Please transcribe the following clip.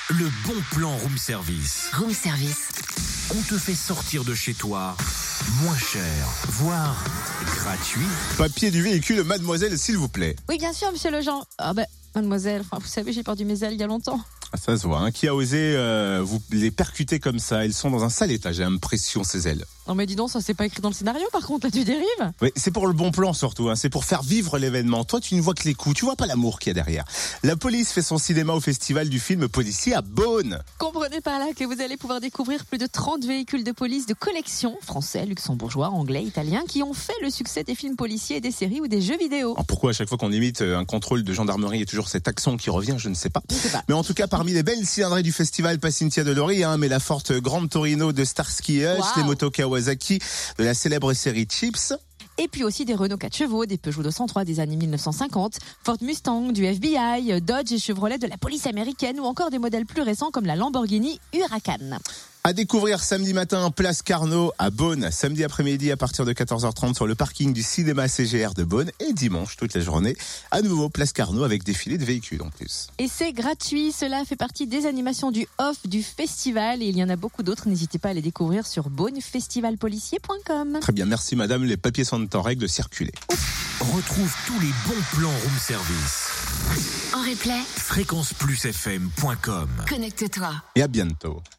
le bon plan room service. Room service. On te fait sortir de chez toi moins cher, voire gratuit. Papier du véhicule, mademoiselle, s'il vous plaît. Oui, bien sûr, monsieur Lejean. Mademoiselle, vous savez, j'ai perdu mes ailes il y a longtemps. Ah, ça se voit, hein. Qui a osé vous les percuter comme ça? Ils sont dans un sale état, j'ai l'impression, ces ailes. Non mais dis donc, ça c'est pas écrit dans le scénario par contre, là tu dérives. Oui, c'est pour le bon plan surtout, hein. C'est pour faire vivre l'événement. Toi, tu ne vois que les coups, tu vois pas l'amour qu'il y a derrière. La police fait son cinéma au festival du film policier à Beaune. Comprenez par là que vous allez pouvoir découvrir plus de 30 véhicules de police de collection, français, luxembourgeois, anglais, italiens, qui ont fait le succès des films policiers, des séries ou des jeux vidéo. Alors pourquoi à chaque fois qu'on imite un contrôle de gendarmerie, il y a toujours cet accent qui revient, je ne sais pas. Je sais pas. Mais en tout cas, parmi les belles cylindrées du festival, pas Cynthia Delory, hein, mais la forte Grande Torino de Starsky Hutch, les motos Kawasaki de la célèbre série Chips. Et puis aussi des Renault 4 chevaux, des Peugeot 203 des années 1950, Ford Mustang, du FBI, Dodge et Chevrolet de la police américaine ou encore des modèles plus récents comme la Lamborghini Huracan. À découvrir samedi matin, place Carnot à Beaune, samedi après-midi à partir de 14h30 sur le parking du cinéma CGR de Beaune et dimanche toute la journée, à nouveau place Carnot avec défilé de véhicules en plus. Et c'est gratuit, cela fait partie des animations du off du festival et il y en a beaucoup d'autres, n'hésitez pas à les découvrir sur beaunefestivalpolicier.com. Très bien, merci madame, les papiers sont en règle de circuler. Retrouve tous les bons plans room service. En replay, fréquenceplusfm.com. connecte-toi. Et à bientôt.